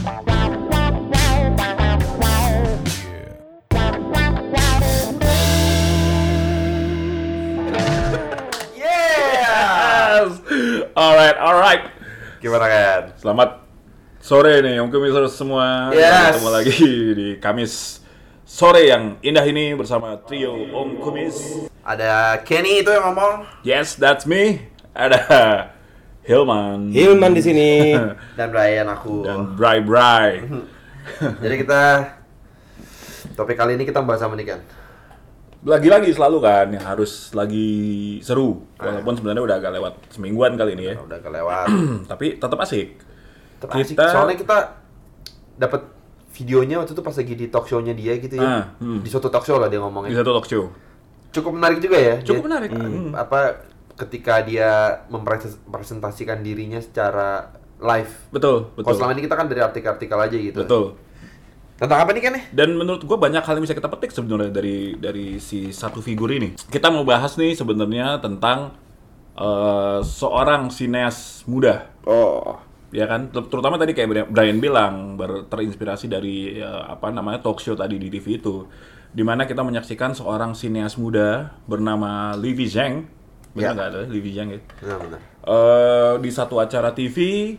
Alright. Gimana kan? Selamat sore nih Om Kumisers semua. Yes. Ketemu lagi di Kamis sore yang indah ini bersama trio Om Kumis. Ada Kenny itu yang ngomong. Yes, that's me. Ada Hilman di sini. Dan Brian aku. dan Bray. Jadi topik kali ini kita bahas apa nih kan? Lagi-lagi selalu kan yang harus lagi seru. Walaupun sebenarnya udah agak lewat semingguan kali ini ya. Udah kelewat. Tapi tetap asik. Tetap asik. Soalnya kita dapat videonya waktu itu pas lagi di talk show-nya dia gitu ya. Di suatu talk show lah dia ngomongnya. Di satu talk show. Cukup menarik juga ya. Cukup menarik. Apa ketika dia mempresentasikan dirinya secara live. Betul. Kalau selama ini kita kan dari artikel-artikel aja gitu. Betul. Tentang apa nih kan ya? Dan menurut gua banyak hal yang bisa kita petik sebenarnya dari si satu figur ini. Kita mau bahas nih sebenarnya tentang seorang sineas muda. Oh. Ya kan, terutama tadi kayak Brian bilang terinspirasi dari talk show tadi di TV itu, di mana kita menyaksikan seorang sineas muda bernama Livi Zhang. Benar nggak ada Livi Zhang ya? Benar. Di satu acara TV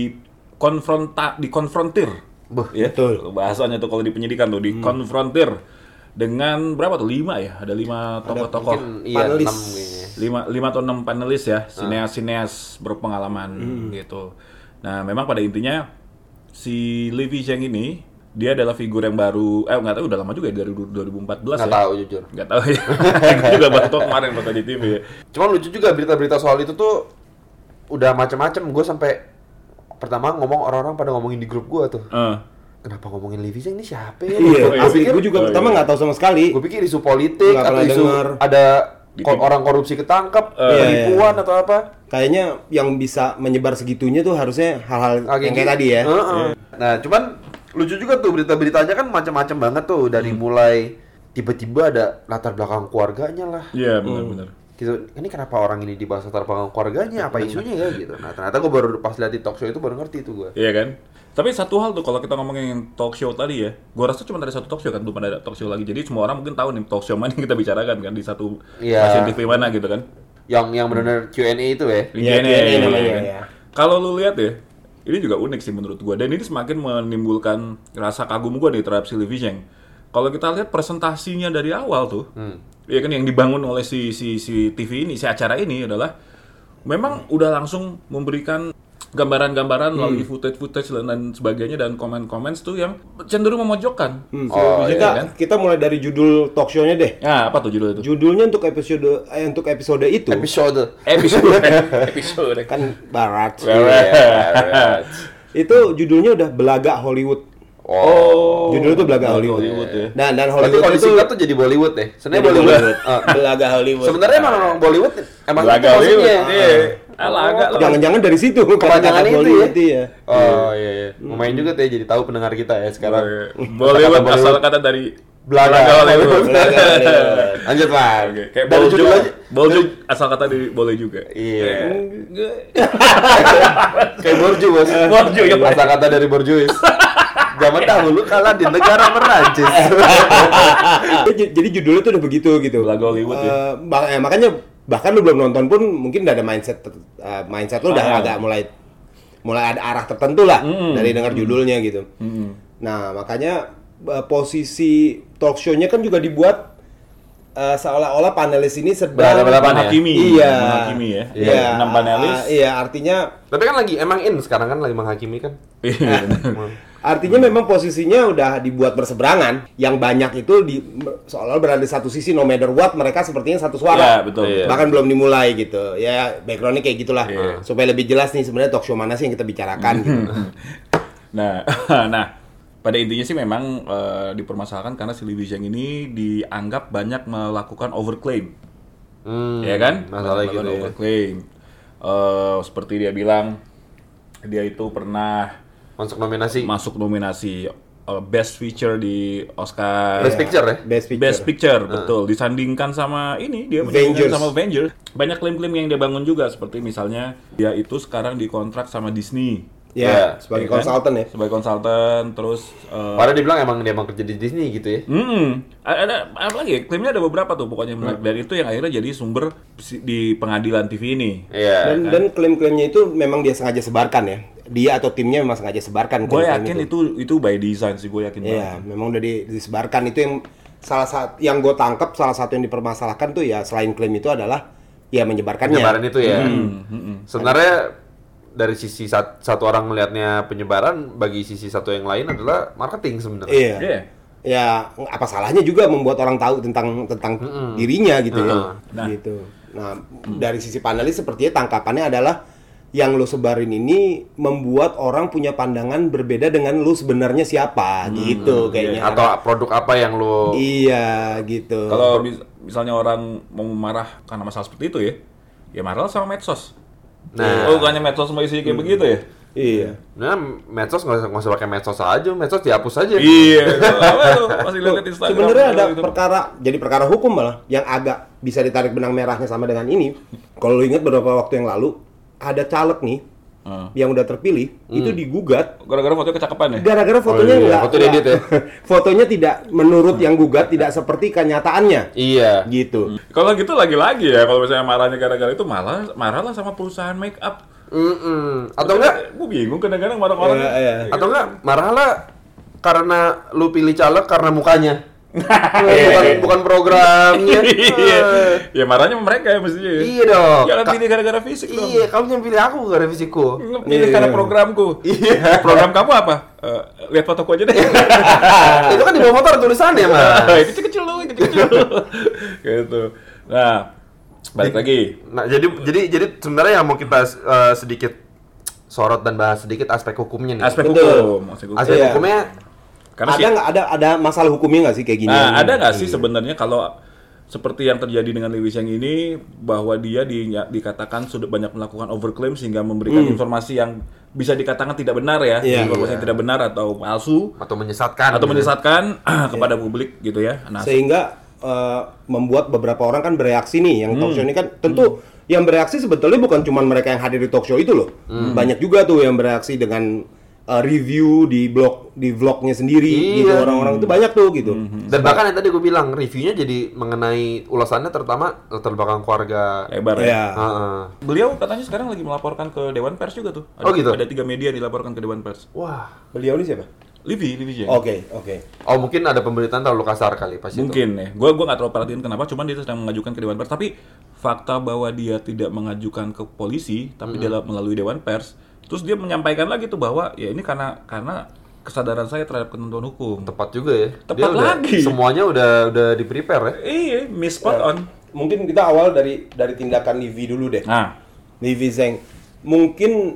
dikonfrontir. Ya, betul. Bahasanya tuh kalau di penyidikan tuh dikonfrontir dengan berapa tuh? 5 ya? Ada 5 tokoh-tokoh. Panelis. 6 5 atau 6 panelis ya, sineas berpengalaman gitu. Nah, memang pada intinya si Livi Zhang ini dia adalah figur yang baru, nggak tahu udah lama juga ya dari 2014 Nggak ya. tahu jujur. Nggak tahu ya. Gue juga baru tahu kemarin pas di TV ya. Cuma lucu juga berita-berita soal itu tuh udah macam-macam. Gue sampai pertama orang-orang pada ngomongin di grup gue tuh. Kenapa ngomongin Livi Zhang ini siapa ya? Iya, asli gue juga pertama nggak tahu sama sekali. Gue pikir isu politik Nggak atau pernah isu denger. ada orang korupsi ketangkap, penipuan atau apa. Kayaknya yang bisa menyebar segitunya tuh harusnya hal-hal yang kayak tadi ya. Nah, cuman lucu juga tuh berita-beritanya kan macam-macam banget tuh dari mulai tiba-tiba ada latar belakang keluarganya lah. Iya, benar-benar. Gitu. Ini kenapa orang ini dibahas latar belakang keluarganya? Apa isunya ya gitu. Nah, ternyata gue baru pas lihat di talk show itu baru ngerti tuh gue. Iya kan? Tapi satu hal tuh kalau kita ngomongin talk show tadi ya, gue rasa cuma ada satu talk show kan, belum ada talk show lagi. Jadi semua orang mungkin tahu nih talk show mana yang kita bicarakan kan di satu stasiun TV mana gitu kan. Yang benar-benar Q&A itu ya. Q&A namanya, kan. ya. Kalau lu lihat ya, ini juga unik sih menurut gue, dan ini semakin menimbulkan rasa kagum gue nih terhadap si Livi Zhang. Kalau kita lihat presentasinya dari awal tuh, ya kan yang dibangun oleh si TV ini, si acara ini adalah memang udah langsung memberikan gambaran-gambaran melalui footage dan sebagainya dan komen-komen tuh yang cenderung memojokkan. Kita mulai dari judul talk show-nya deh. Nah, apa tuh judul itu? Judulnya untuk episode itu. Episode Kan barat. Barat. Itu judulnya udah Belaga Hollywood. Judul itu Belaga Hollywood ya. Dan Berarti Hollywood kalau itu disingkat tuh jadi Bollywood ya. Sebenarnya Bollywood. Belaga Hollywood. Sebenarnya emang Bollywood emang Belaga itu Hollywood. maksudnya. Iya. Agak lah. Jangan-jangan dari situ Kepanjangan itu Bollywood ya. Oh iya. Lumayan juga tuh ya jadi tahu pendengar kita ya sekarang. Bollywood asal kata dari Belaga Hollywood. Lanjut lah. Kayak Dari judul aja. Boljuk asal kata dari boleh juga. Iya. Kayak Borju bos. Borju, ya. Asal kata dari Borjuis. Zaman dahulu kalah di negara Perancis. Jadi judulnya tuh udah begitu gitu. Belaga Hollywood ya. Makanya bahkan lu belum nonton pun mungkin udah ada mindset lu udah agak mulai ada arah tertentu lah dari dengar judulnya gitu. Nah, makanya posisi talk show-nya kan juga dibuat seolah-olah panelis ini sedang menghakimi. Iya. Menghakimi ya. Iya. 6 panelis. Iya, artinya Tapi kan lagi emang sekarang kan lagi menghakimi kan. artinya memang posisinya udah dibuat berseberangan. Yang banyak itu seolah-olah berada di satu sisi, no matter what, mereka sepertinya satu suara. Iya, betul. Bahkan belum dimulai gitu. Ya, background-nya kayak gitulah. Supaya lebih jelas nih sebenarnya talk show mana sih yang kita bicarakan gitu. Nah, pada intinya sih memang dipermasalahkan karena si Livi Zhang ini dianggap banyak melakukan overclaim. Ya kan? Masalah gitu ya. Overclaim. Seperti dia bilang dia itu pernah masuk nominasi Best Feature di Oscar. Best Picture ya? Best Picture, betul. Disandingkan sama ini, dia menyandingkan sama Avengers. Banyak klaim-klaim yang dia bangun juga, seperti misalnya dia itu sekarang dikontrak sama Disney. Ya, sebagai konsultan ya. Sebagai konsultan, terus padahal dia bilang dia emang kerja di Disney gitu ya. Ada apa lagi? Klaimnya ada beberapa tuh pokoknya menarik. Dan itu yang akhirnya jadi sumber di pengadilan TV ini. Iya. Dan klaim-klaimnya itu memang dia sengaja sebarkan ya. Dia atau timnya memang sengaja sebarkan. Gue yakin itu by design sih, gue yakin banget. Iya, memang udah disebarkan. Itu yang salah satu yang gue tangkap, salah satu yang dipermasalahkan tuh ya selain klaim itu adalah ya menyebarkannya. Penyebaran itu ya. Sebenarnya dari sisi satu orang melihatnya penyebaran, bagi sisi satu yang lain adalah marketing sebenarnya. Iya. Iya. Ya, apa salahnya juga membuat orang tahu tentang dirinya gitu ya. Gitu. Nah, dari sisi panelis sepertinya tangkapannya adalah yang lo sebarin ini membuat orang punya pandangan berbeda dengan lo sebenarnya siapa gitu kayaknya. Atau produk apa yang lo. Iya, gitu. Kalau misalnya orang mau marah karena masalah seperti itu ya marah sama medsos. Nah, bukannya medsos semua isinya kayak begitu ya? Iya. Nah, medsos nggak usah pakai medsos aja, medsos dihapus aja. Iya. Apa tuh? Masih lihat Instagram. Sebenarnya ada gitu. perkara hukum malah yang agak bisa ditarik benang merahnya sama dengan ini. Kalau lo ingat beberapa waktu yang lalu ada caleg nih yang udah terpilih itu digugat Gara-gara fotonya kecakepan ya? gara-gara fotonya foto diedit ya. fotonya tidak menurut yang gugat tidak seperti kenyataannya. Iya. Gitu. Kalau gitu lagi-lagi ya, kalau misalnya marahnya gara-gara itu marahlah sama perusahaan make up. Atau enggak? Gue bingung kadang-kadang orang-orang. Iya. Atau enggak marahlah karena lu pilih caleg karena mukanya. bukan programnya. Iya. Ya marahnya sama mereka ya mestinya. Iya dong. Jangan pilih gara-gara fisik dong. Iya, kamu jangan pilih aku gara-gara fisikku. Pilih karena programku. Iya. Program kamu apa? Lihat fotoku aja deh. Itu kan di bawah motor tulisannya, Mas. Itu kecil loh, kecil. Gitu. Nah, balik lagi. Nah, jadi sebenarnya yang mau kita sedikit sorot dan bahas sedikit aspek hukumnya nih. Aspek Betul. hukum. Aspek Iya. hukumnya Karena ada masalah hukumnya nggak sih kayak gini? Nah, ada nggak sih sebenarnya kalau seperti yang terjadi dengan Lee Cheng ini, bahwa dia dikatakan sudah banyak melakukan overclaim sehingga memberikan informasi yang bisa dikatakan tidak benar ya, informasi yang tidak benar atau palsu atau menyesatkan kepada publik gitu ya. Nah, Sehingga membuat beberapa orang kan bereaksi nih, yang talk show ini kan tentu yang bereaksi sebetulnya bukan cuma mereka yang hadir di talk show itu loh, banyak juga tuh yang bereaksi dengan review di vlognya sendiri gitu, orang-orang itu banyak tuh gitu. Dan bahkan yang tadi gue bilang reviewnya jadi mengenai ulasannya terutama latar belakang keluarga lebar ya. Beliau katanya sekarang lagi melaporkan ke Dewan Pers juga tuh. Gitu? Ada 3 media yang dilaporkan ke Dewan Pers. Wah, Beliau ini siapa? Livi Cheng. Oke. oh mungkin ada pemberitaan terlalu kasar kali pas Mungkin itu. ya. Gue nggak terlalu perhatiin kenapa, cuman dia sedang mengajukan ke Dewan Pers. Tapi fakta bahwa dia tidak mengajukan ke polisi, tapi dia melalui Dewan Pers. Terus dia menyampaikan lagi tuh bahwa ya ini karena kesadaran saya terhadap ketentuan hukum. Tepat juga ya. Tepat Dia lagi. Semuanya udah di prepare ya. Iya, miss spot on. Mungkin kita awal dari tindakan Livi dulu deh. Nah, Livi Zeng. Mungkin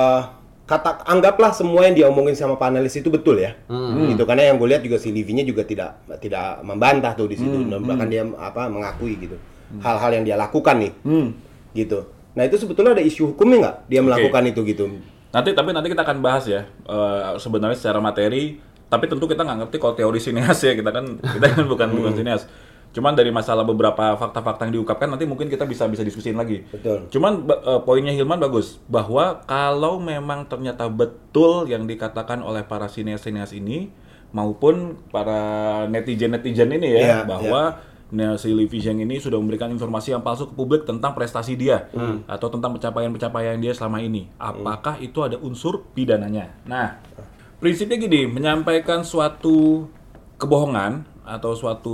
anggaplah semua yang dia omongin sama panelis itu betul ya. Gitu, karena yang gue lihat juga si Livinya juga tidak membantah tuh di situ. Bahkan dia mengakui gitu. Hal-hal yang dia lakukan nih. Gitu. Nah, itu sebetulnya ada isu hukumnya nggak dia melakukan itu gitu? nanti kita akan bahas ya sebenarnya secara materi. Tapi tentu kita nggak ngerti kalau teori sineas ya, kita kan bukan sineas. Cuman dari masalah beberapa fakta-fakta yang diungkapkan nanti mungkin kita bisa diskusiin lagi. Betul. Cuman poinnya Hilman bagus bahwa kalau memang ternyata betul yang dikatakan oleh para sineas ini maupun para netizen ini ya, bahwa si Lee Cheng ini sudah memberikan informasi yang palsu ke publik tentang prestasi dia atau tentang pencapaian dia selama ini. Apakah itu ada unsur pidananya? Nah, prinsipnya gini, menyampaikan suatu kebohongan atau suatu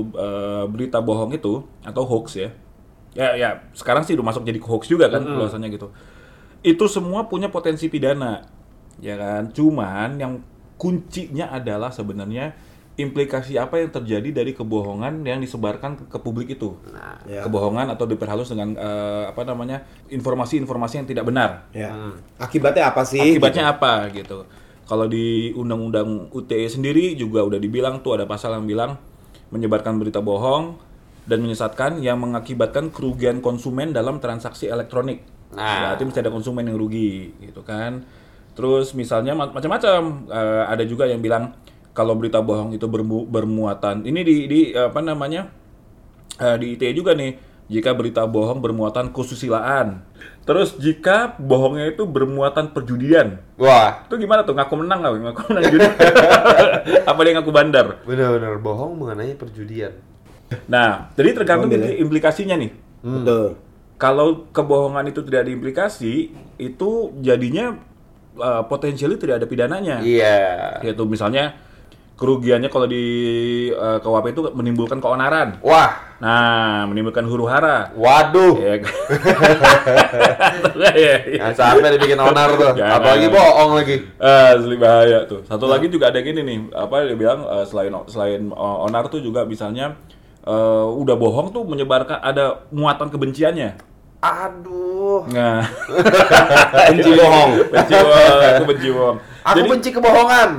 berita bohong itu atau hoax ya sekarang sih udah masuk jadi hoax juga kan ulasannya gitu. Itu semua punya potensi pidana, ya kan? Cuman yang kuncinya adalah sebenarnya implikasi apa yang terjadi dari kebohongan yang disebarkan ke publik itu. Kebohongan atau diperhalus dengan informasi-informasi yang tidak benar. Akibatnya apa sih? Akibatnya apa gitu. Kalau di Undang-Undang UTE sendiri juga udah dibilang tuh, ada pasal yang bilang menyebarkan berita bohong dan menyesatkan yang mengakibatkan kerugian konsumen dalam transaksi elektronik. Berarti mesti ada konsumen yang rugi gitu kan. Terus misalnya macam-macam, ada juga yang bilang kalau berita bohong itu bermuatan, ini di ITE juga nih, jika berita bohong bermuatan kesusilaan. Terus jika bohongnya itu bermuatan perjudian. Wah, Itu gimana tuh? Ngaku menang nggak? Ngaku menang judi? Apa dia ngaku bandar? benar-benar bohong mengenai perjudian. Nah, jadi tergantung implikasinya nih. Betul. Kalau kebohongan itu tidak diimplikasi, itu jadinya potensialnya tidak ada pidananya. Iya. Yaitu misalnya kerugiannya kalau di KUHP itu menimbulkan keonaran. Wah, Nah, menimbulkan huru-hara. waduh. Ya kan? Iya, iya. Nah, sampai dibikin onar tuh. Jangan. Apalagi bohong lagi. Asli bahaya tuh. Satu lagi juga ada gini nih, apa dia bilang selain onar tuh juga misalnya udah bohong tuh menyebarkan ada muatan kebenciannya. Aduh. Nah, Benci bohong. aku benci bohong. Aku benci kebohongan.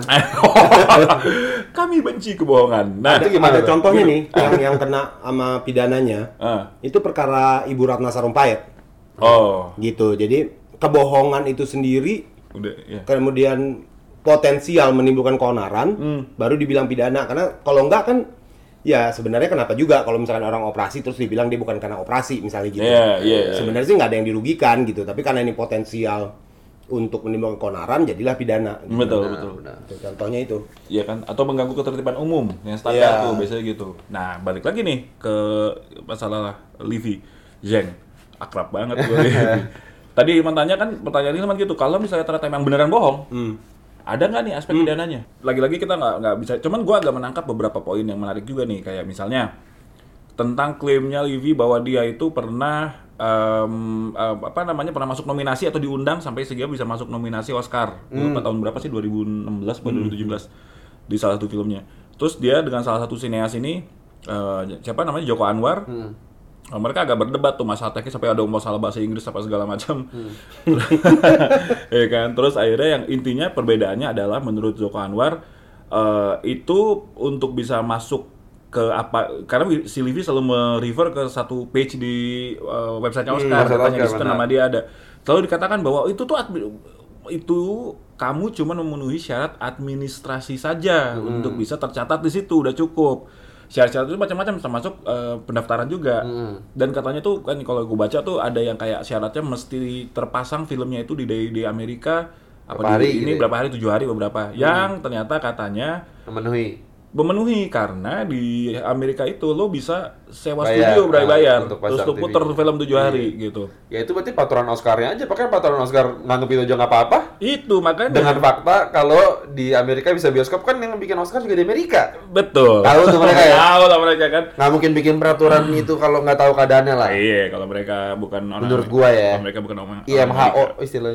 Kami benci kebohongan. Nah, Itu gimana Ada tuh? contohnya nih yang kena sama pidananya. Itu perkara Ibu Ratna Sarumpayat. oh, Gitu. Jadi kebohongan itu sendiri udah ya. kemudian potensial menimbulkan keonaran, baru dibilang pidana. Karena kalau enggak kan, ya sebenarnya kenapa juga kalau misalkan orang operasi terus dibilang dia bukan karena operasi misalnya gitu. Iya. Sebenarnya sih nggak ada yang dirugikan gitu, tapi karena ini potensial untuk menimbulkan keonaran, jadilah pidana. Gitu. Betul. Itu contohnya itu. Iya kan? Atau mengganggu ketertiban umum yang standar Iya. tuh biasanya gitu. Nah, balik lagi nih ke masalah Livi, Zeng, akrab banget gue. Tadi Iman tanya kan pertanyaan ini gitu, kalau misalnya ternyata memang beneran bohong, ada nggak nih aspek pidananya? Lagi-lagi kita nggak bisa. Cuman gue agak menangkap beberapa poin yang menarik juga nih, kayak misalnya tentang klaimnya Livi bahwa dia itu pernah pernah masuk nominasi atau diundang sampai sehingga bisa masuk nominasi Oscar. Lupa tahun berapa sih, 2016 atau 2017 di salah satu filmnya. Terus dia dengan salah satu sineas ini siapa namanya, Joko Anwar. Mereka agak berdebat tuh masalah teknis sampai ada masalah bahasa Inggris apa segala macam. Ya kan? Terus akhirnya yang intinya perbedaannya adalah menurut Joko Anwar itu untuk bisa masuk ke apa, karena si Livi selalu merefer ke satu page di websitenya Oscar, katanya di situ nama dia ada. Selalu dikatakan bahwa itu tuh itu kamu cuma memenuhi syarat administrasi saja untuk bisa tercatat di situ, udah cukup. Syarat-syarat itu macam-macam, termasuk pendaftaran juga. Dan katanya tuh kan kalau gue baca tuh ada yang kayak syaratnya mesti terpasang filmnya itu di Amerika apa di ini berapa hari, 7 hari beberapa. Yang ternyata katanya memenuhi karena di Amerika itu lo bisa sewa studio bayar terus lo puter film 7 hari gitu. Ya itu berarti peraturan Oscar-nya aja, pakai peraturan Oscar nganggep itu aja nggak apa-apa. Itu makanya Dengan fakta kalau di Amerika bisa bioskop, kan yang bikin Oscar juga di Amerika. betul. Tahu tuh mereka ya? Tahu lah mereka kan. Nggak mungkin bikin peraturan itu kalau nggak tahu keadaannya lah. Iya, kalau mereka bukan orang Menurut gua ya. kalau mereka bukan orang IMHO istilahnya.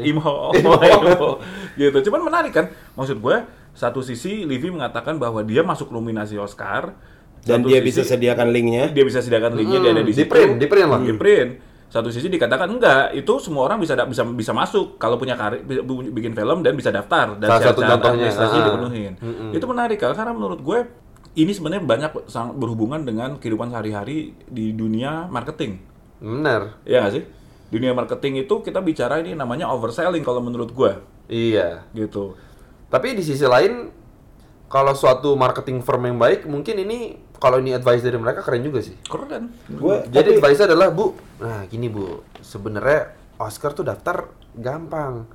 IMHO. Gitu. Cuman menarik kan? Maksud gue, satu sisi Livi mengatakan bahwa dia masuk nominasi Oscar Dan satu dia sisi, bisa sediakan linknya. Dia bisa sediakan linknya, dia ada di situ. Di print lah. Di print. Satu sisi dikatakan enggak, itu semua orang bisa masuk kalau punya bikin film dan bisa daftar dan salah satu contohnya administrasi dipenuhin. Itu menarik karena menurut gue ini sebenarnya banyak sangat berhubungan dengan kehidupan sehari-hari di dunia marketing. Benar. Iya nggak sih? Dunia marketing itu kita bicara ini namanya overselling kalau menurut gue. Iya. Gitu. Tapi di sisi lain, kalau suatu marketing firm yang baik, mungkin ini kalau ini advice dari mereka keren juga sih. Keren. Jadi advice adalah, Bu, nah gini Bu, sebenarnya Oscar tuh daftar gampang.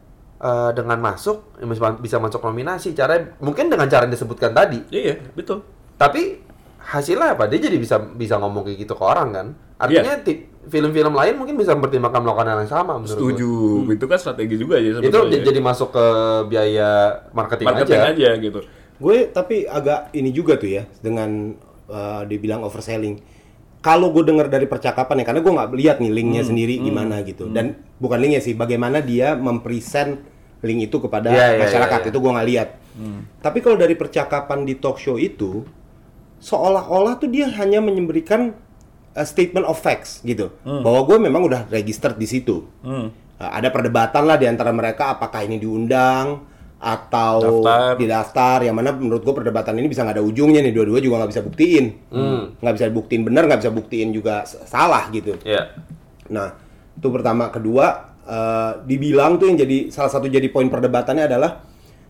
Dengan masuk bisa masuk nominasi. Caranya mungkin dengan cara yang disebutkan tadi. Iya, betul. Tapi hasilnya apa? Dia jadi bisa ngomong kayak gitu ke orang kan. Artinya film-film lain mungkin bisa mempertimbangkan melakukan hal yang sama menurut Setuju. Itu kan strategi juga ya gue. Itu jadi masuk ke biaya marketing aja gitu. Gue tapi agak ini juga tuh ya dengan dibilang overselling. Kalau gue dengar dari percakapan ya, karena gue nggak lihat nih linknya sendiri gimana gitu. Dan bukan linknya sih, bagaimana dia mempresent link itu kepada masyarakat, itu gue nggak lihat. Tapi kalau dari percakapan di talk show itu, seolah-olah tuh dia hanya memberikan statement of facts gitu, bahwa gue memang udah registered di situ. Ada perdebatan lah di antara mereka apakah ini diundang atau didaftar, yang mana menurut gue perdebatan ini bisa nggak ada ujungnya nih, dua-dua juga nggak bisa buktiin, nggak bisa buktiin benar, nggak bisa buktiin juga salah gitu. Nah itu pertama. Kedua, dibilang tuh yang jadi salah satu jadi poin perdebatannya adalah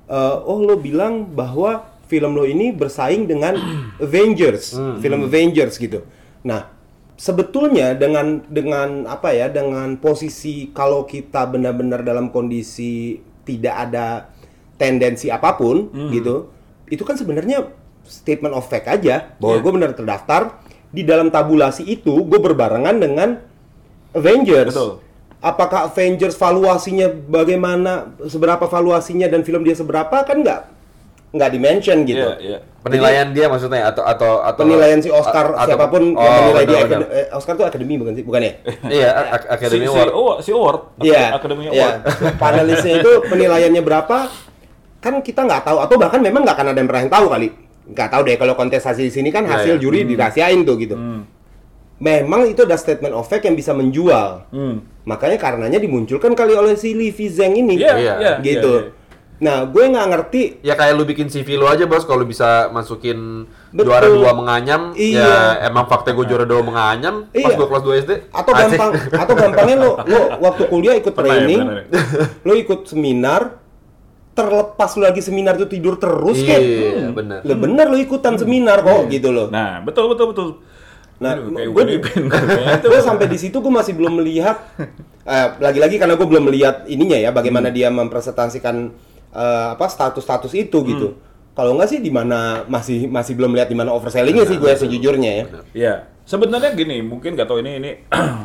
lo bilang bahwa film lo ini bersaing dengan Avengers, film Avengers gitu. Nah sebetulnya dengan apa ya, dengan posisi kalau kita benar-benar dalam kondisi tidak ada tendensi apapun gitu, itu kan sebenarnya statement of fact aja bahwa gue benar terdaftar. Di dalam tabulasi itu gue berbarengan dengan Avengers. Betul. Apakah Avengers valuasinya bagaimana, seberapa valuasinya dan film dia seberapa kan nggak di-mention gitu. Iya. Penilaian dia maksudnya atau Penilaian si Oscar siapapun yang menilai dia Oscar tuh akademi bukan sih? Bukan ya? Iya, Academy Award. Si award. Iya. Academy Iya. Award. Panelisnya itu penilaiannya berapa? Kan kita nggak tahu, atau bahkan memang nggak akan ada yang pernah yang tahu kali. Nggak tahu deh, kalau kontestasi di sini kan hasil juri dirahasiain tuh gitu. Memang itu ada statement of fact yang bisa menjual. Makanya karenanya dimunculkan kali oleh si Lee Zhang ini. Iya. Gitu. Nah, gue nggak ngerti. Ya kayak lu bikin CV lu aja, Bos, kalau bisa masukin Betul. juara 2 menganyam, Iya. ya emang fakta gue juara 2 menganyam pas Iya. gue kelas 2 SD. Atau gampangnya lo waktu kuliah ikut training, lo ikut seminar, terlepas lo lagi seminar tuh tidur terus kan? Iya, benar. Lo bener lo ikutan seminar kok gitu loh. Nah, betul. Nah, gue gue sampai di situ gue masih belum melihat, lagi-lagi karena gue belum melihat ininya ya, bagaimana dia mempresentasikan status-status itu gitu. Kalau enggak sih di mana masih belum lihat di mana oversellingnya sih gue sejujurnya ya. Iya, sebenarnya gini, mungkin nggak tahu ini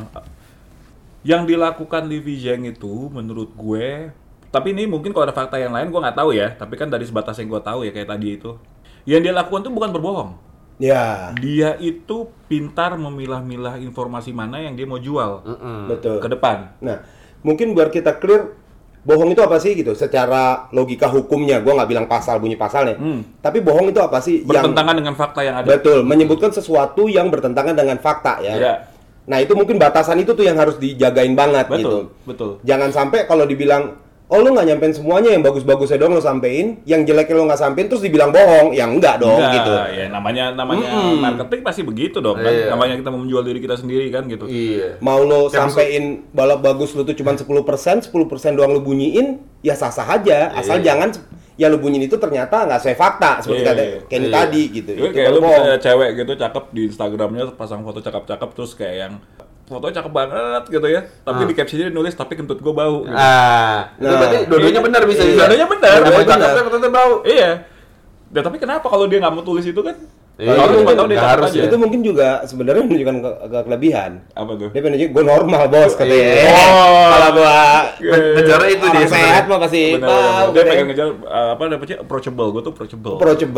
yang dilakukan Lee Zhang itu menurut gue, tapi ini mungkin kalau ada fakta yang lain gue nggak tahu ya, tapi kan dari sebatas yang gue tahu ya kayak tadi itu, yang dia lakukan tuh bukan berbohong. Ya, Dia itu pintar memilah-milah informasi mana yang dia mau jual betul. ke depan. Nah, mungkin biar kita clear, bohong itu apa sih gitu? Secara logika hukumnya, gue nggak bilang bunyi pasalnya. Tapi bohong itu apa sih? Bertentangan dengan fakta yang ada. Betul, menyebutkan sesuatu yang bertentangan dengan fakta ya. Iya. Nah, itu mungkin batasan itu tuh yang harus dijagain banget gitu. Betul. Jangan sampai kalau dibilang, oh lu nggak nyampein semuanya, yang bagus-bagusnya dong lo sampein, yang jeleknya lo nggak sampein terus dibilang bohong, ya enggak dong gitu. Ya namanya marketing pasti begitu dong kan. Iya. Namanya kita mau menjual diri kita sendiri kan gitu. Iya. Mau lo sampein balap bagus lu tuh cuma 10% doang lo bunyiin, ya sah-sah aja, asal jangan yang lo bunyiin itu ternyata nggak sesuai fakta seperti kata Kenny tadi gitu. Itu kayak baru lu bohong. misalnya cewek gitu cakep di Instagramnya pasang foto cakep-cakep terus kayak yang fotonya cakep banget gitu ya, tapi di captionnya dia nulis tapi kentut gue bau gitu. Itu berarti dua-duanya benar bisa. Dua-duanya benar. Dua-duanya cakepnya kentutnya bau. Iya. Ya, tapi kenapa kalau dia nggak mau tulis itu kan? Iya, Orang cuma tahu dia nggak cakep harus aja. Itu mungkin juga sebenarnya menunjukkan kelebihan. Apa tuh? Dia penunjuk gue normal bos katanya. Oh. Kalau gua Ngejarnya itu dia orang sehat mah pasti tahu. Dia pengen ngejar apa namanya approachable. Gue tuh approachable.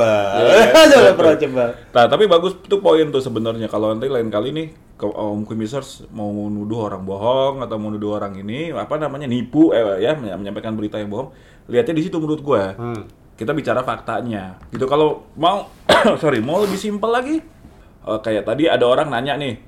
Approachable. Nah, tapi bagus tuh poin tuh sebenarnya. Kalau nanti lain kali nih Om Kumisers mau nuduh orang bohong atau mau nuduh orang ini apa namanya nipu ya menyampaikan berita yang bohong, lihatnya di situ menurut gue. Kita bicara faktanya. Gitu kalau mau mau lebih simpel lagi. Kayak tadi ada orang nanya nih,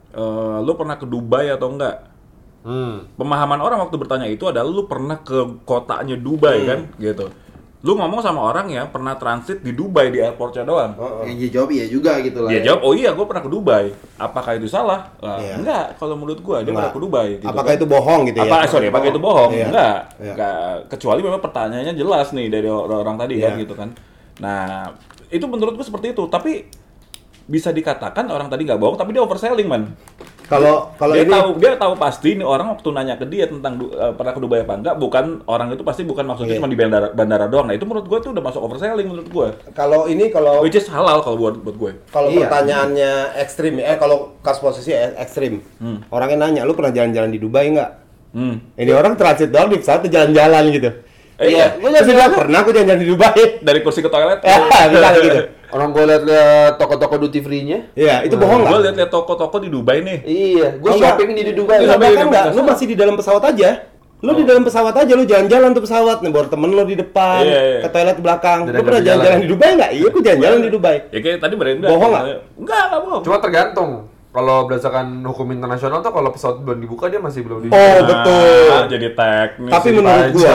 lu pernah ke Dubai atau enggak? Pemahaman orang waktu bertanya itu adalah lu pernah ke kotanya Dubai kan, gitu. Lu ngomong sama orang ya pernah transit di Dubai di airportnya doang. Yang dia jawab iya juga gitu lah. Dia jawab, oh iya gue pernah ke Dubai. Apakah itu salah? Iya. Enggak, kalau menurut gue dia pernah ke Dubai. Gitu Apakah kan. itu bohong gitu ya? Apakah itu bohong? Iya. Enggak. Iya. Enggak. Kecuali memang pertanyaannya jelas nih dari orang tadi kan gitu kan. Nah, itu menurut gue seperti itu. Tapi bisa dikatakan orang tadi nggak bohong, tapi dia overselling man. Kalau dia ini dia tahu pasti ini orang waktu nanya ke dia tentang pernah ke Dubai apa enggak, bukan orang itu pasti bukan maksudnya cuma di bandara doang. Nah itu menurut gue tuh udah masuk overselling menurut gue. kalau Which is halal kalau buat gue. kalau pertanyaannya ekstrim kalau kasus posisi ekstrim. Orangnya nanya, lu pernah jalan-jalan di Dubai nggak? Ini orang transit doang di pesawat tuh jalan-jalan gitu. Iya. Gue bilang pernah aku jalan-jalan di Dubai. Dari kursi ke toilet. Bisa gitu. Orang gue liat toko-toko duty free-nya. Iya, itu bohong Gue nggak? lihat toko-toko di Dubai nih. Iya, gue Enggak. shopping di Dubai. Enggak, Dubai, bahkan Dubai, enggak. Lu Dubai. masih di dalam pesawat aja. Lu di dalam pesawat aja, lu jalan-jalan tuh pesawat, nih baru temen lu di depan, Iya, iya. ke toilet belakang. Dan Lu pernah jalan. jalan-jalan di Dubai nggak? Iya, aku jalan-jalan di Dubai. Ya kayak tadi Brenda. Bohong nggak? Enggak bohong. Cuma tergantung. Kalau berdasarkan hukum internasional tuh kalau pesawat belum dibuka dia masih belum dibuka. Oh, betul. Jadi teknis. Tapi ini menurut aja.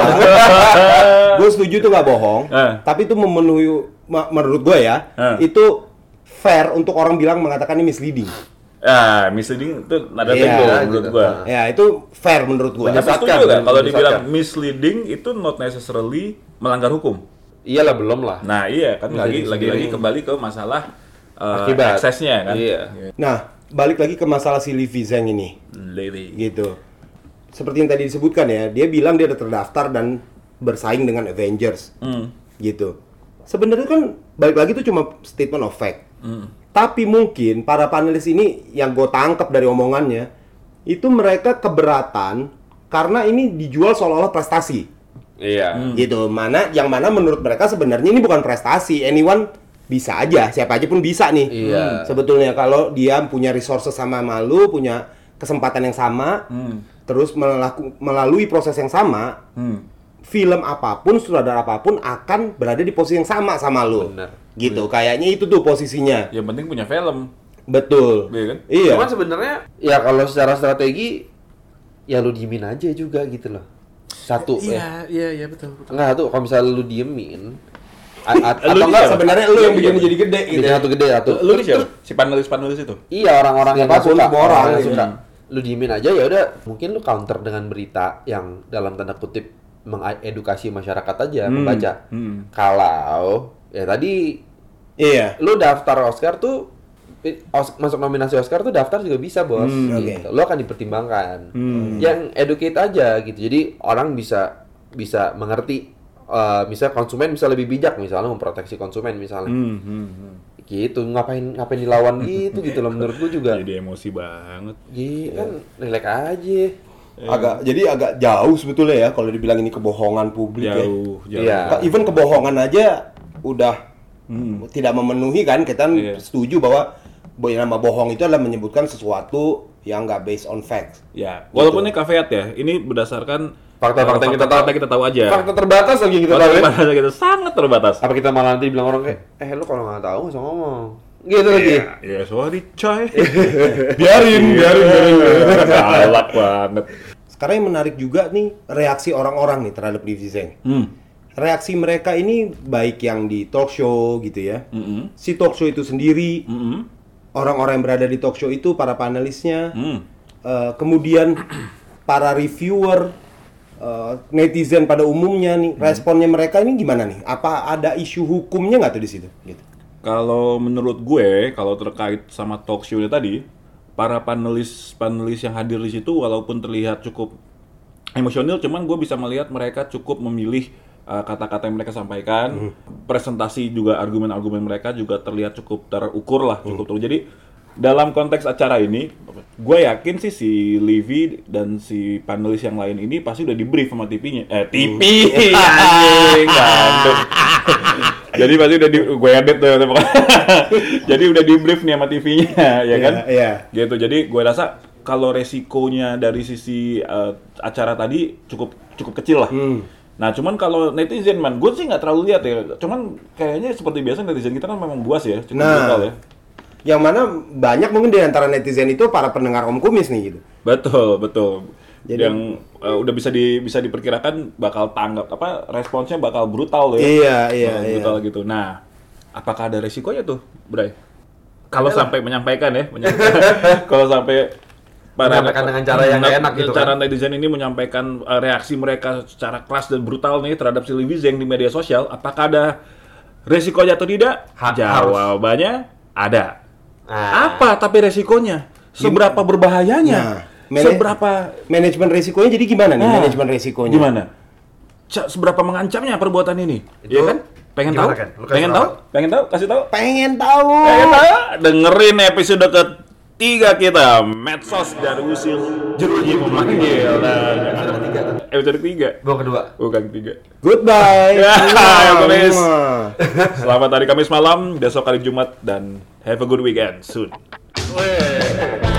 gua setuju itu nggak bohong. Tapi itu memenuhi, menurut gua ya, itu fair untuk orang bilang mengatakan ini misleading. Ya, misleading itu nada Iya, tempo menurut gitu. gua. Ya, itu fair menurut gua. Tapi Menyesatkan, setuju nggak kalau menyesatkan. dibilang misleading itu not necessarily melanggar hukum? Iyalah belum lah. Nah iya kan Bisa lagi sendiri. kembali ke masalah Akibat. eksesnya kan. Iya. Nah, balik lagi ke masalah si Levy Zhang ini. Levy. Gitu. Seperti yang tadi disebutkan ya, dia bilang dia udah terdaftar dan bersaing dengan Avengers. Gitu. Sebenarnya kan balik lagi itu cuma statement of fact. Tapi mungkin para panelis ini yang gue tangkap dari omongannya itu mereka keberatan karena ini dijual seolah-olah prestasi. Iya. Gitu. Yang mana menurut mereka sebenarnya ini bukan prestasi. Anyone bisa aja, siapa aja pun bisa nih. Iya. Sebetulnya kalau dia punya resources sama malu, punya kesempatan yang sama, terus melalui proses yang sama, film apapun, sutradara apapun akan berada di posisi yang sama lu. Bener. Gitu. Kayaknya itu tuh posisinya. Yang penting punya film. Betul. Iya kan? Iya. Cuman sebenarnya ya kalau secara strategi ya lu diemin aja juga gitu loh. Satu ya. Iya betul. Enggak tuh kalau misalnya lu diemin Atau Lu enggak siapa? sebenarnya lu yang bikin jadi gede gitu. bikin Ya. satu gede satu. Lu nih siapa? Si panelis itu. Iya orang-orang yang nggak Siapapun, suka, semua orang, yang iya. suka. Lu diemin aja ya udah. Mungkin lu counter dengan berita yang dalam tanda kutip mengedukasi masyarakat aja membaca. Kalau ya tadi Iya. lu daftar Oscar tuh masuk nominasi Oscar tuh daftar juga bisa bos. Gitu. Lu akan dipertimbangkan. Yang educate aja gitu. Jadi orang bisa mengerti. Misalnya konsumen bisa lebih bijak misalnya memproteksi konsumen misalnya. Gitu ngapain dilawan gitu loh menurut gua juga. Jadi emosi banget. Iya kan relax aja. Jadi agak jauh sebetulnya ya kalau dibilang ini kebohongan publik Jauh. Iya. Even kebohongan aja udah tidak memenuhi kan, kita setuju bahwa nama bohong itu adalah menyebutkan sesuatu yang nggak based on facts. Ya, walaupun ini caveat ya, ini berdasarkan Fakta-fakta yang kita tahu. aja. Fakta terbatas lagi kita Fakta tahu. Ya? terbatas kita sangat terbatas. Apa kita malah nanti bilang orang kayak, lu kalau nggak tahu nggak usah ngomong. Gitu lagi. Ya, sorry coy. biarin. Galak banget. Sekarang yang menarik juga nih reaksi orang-orang nih terhadap Levy Zhang. Reaksi mereka ini baik yang di talk show gitu ya. Si talk show itu sendiri, orang-orang yang berada di talk show itu, para panelisnya, kemudian para reviewer, netizen pada umumnya nih, responnya mereka ini gimana nih? Apa ada isu hukumnya nggak tuh di situ? Gitu. Kalau menurut gue, kalau terkait sama talk show tadi, para panelis yang hadir di situ walaupun terlihat cukup emosional, cuman gue bisa melihat mereka cukup memilih kata-kata yang mereka sampaikan, presentasi juga argumen-argumen mereka juga terlihat cukup terukur lah, Jadi dalam konteks acara ini, gue yakin sih si Levy dan si panelis yang lain ini pasti udah di-brief sama TV-nya. TV, anjing, gandum. Jadi pasti udah gue edit tuh. Jadi udah di-brief nih sama TV-nya, ya kan? Iya. Gitu. Jadi gue rasa kalau resikonya dari sisi acara tadi cukup kecil lah. Nah, cuman kalau netizen gue sih nggak terlalu lihat ya. Cuman kayaknya seperti biasa netizen kita kan memang buas ya, cukup brutal ya. Yang mana banyak mungkin di antara netizen itu para pendengar Om Kumis nih gitu. Betul. Jadi, yang udah bisa diperkirakan bakal responsnya bakal brutal ya. Iya. Brutal gitu. Nah, apakah ada resikonya tuh, Bray? Kalau sampai menyampaikan kalau sampai Menyampaikan dengan cara yang nggak enak gitu kan. Cara netizen ini menyampaikan reaksi mereka secara keras dan brutal nih terhadap si Levy Zhang di media sosial, apakah ada resikonya atau tidak? Jawabannya ada. Apa tapi resikonya? Seberapa berbahayanya? Seberapa manajemen resikonya jadi gimana nih? Manajemen resikonya. Gimana? Seberapa mengancamnya perbuatan ini? Iya kan? Pengen tahu? Kan? Pengen tahu? Kasih tahu? Pengen tahu. Dengerin episode ketiga kita, Medsos dari Usil Jeruji Memanggil. Episode 3. Bukan 3. Goodbye. Kamis. Selamat hari Kamis malam, besok hari Jumat, dan have a good weekend soon.